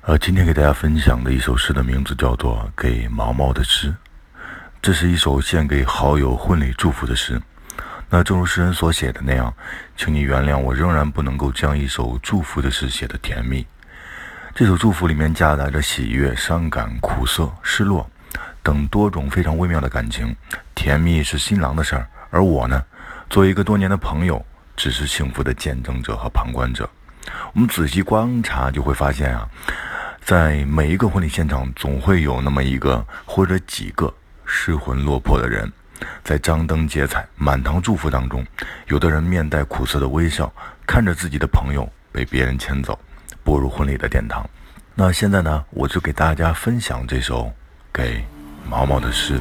今天给大家分享的一首诗的名字叫做《给毛毛的诗》，这是一首献给好友婚礼祝福的诗。那正如诗人所写的那样，请你原谅我仍然不能够将一首祝福的诗写得甜蜜。这首祝福里面夹杂着喜悦、伤感、苦涩、失落等多种非常微妙的感情。甜蜜是新郎的事儿，而我呢，作为一个多年的朋友，只是幸福的见证者和旁观者。我们仔细观察就会发现在每一个婚礼现场总会有那么一个或者几个失魂落魄的人，在张灯结彩满堂祝福当中，有的人面带苦涩的微笑，看着自己的朋友被别人牵走，步入婚礼的殿堂。那现在呢，我就给大家分享这首给毛毛的诗。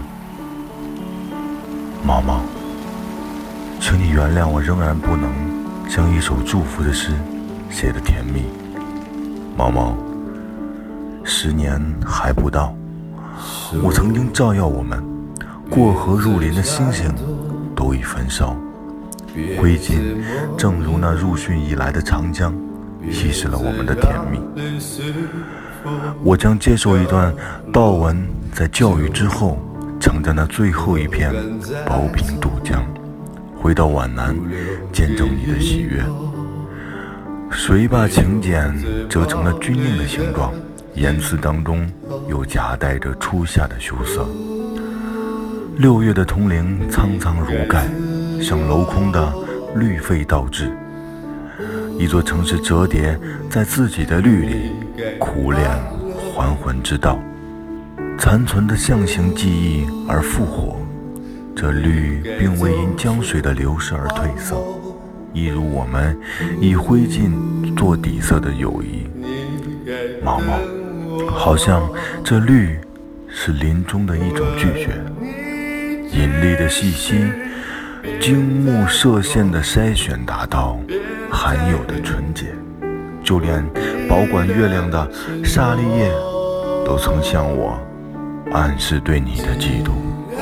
毛毛，请你原谅我仍然不能将一首祝福的诗写得甜蜜。毛毛，10年还不到，我曾经照耀我们过河入林的星星都已焚烧，灰烬正如那入汛以来的长江，稀释了我们的甜蜜。我将接受一段悼文，在教育之后乘着那最后一片包平渡江，回到皖南见证你的喜悦。水把请柬折成了军令的形状，言辞当中又夹带着初夏的羞涩。6月的铜铃苍苍如盖，像镂空的绿肺倒置。一座城市折叠在自己的绿里，苦恋还魂之道，残存的象形记忆而复活。这绿并未因江水的流逝而褪色，一如我们以灰烬做底色的友谊。毛毛，好像这绿是林中的一种拒绝，引力的细息，精目射线的筛选，达到罕有的纯洁。就连保管月亮的沙利叶都曾向我暗示对你的嫉妒。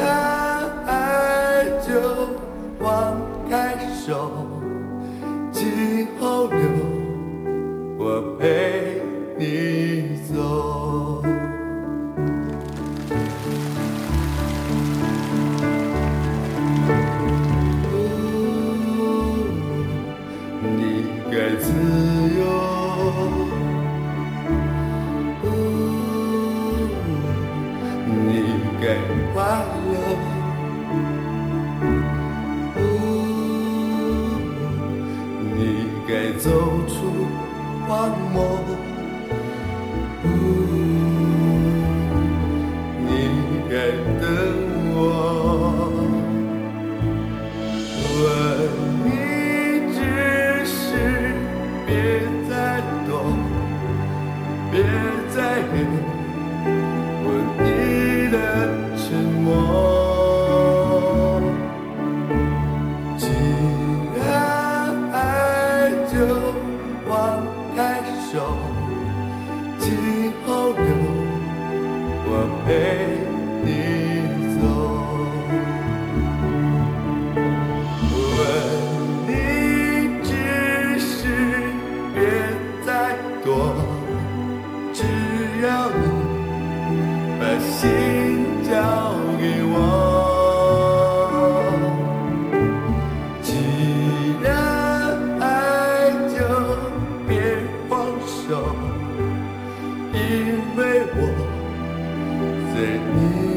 爱就放开手，今后留我陪你走。你该自由，你该快乐，你该走出荒漠，你该等我。问你只是别再躲，别再忍，问你的沉默。既然爱就放开手，今后留我陪你走。问你只是别再躲，只要你把心交给我。既然爱就别放手，因为我在你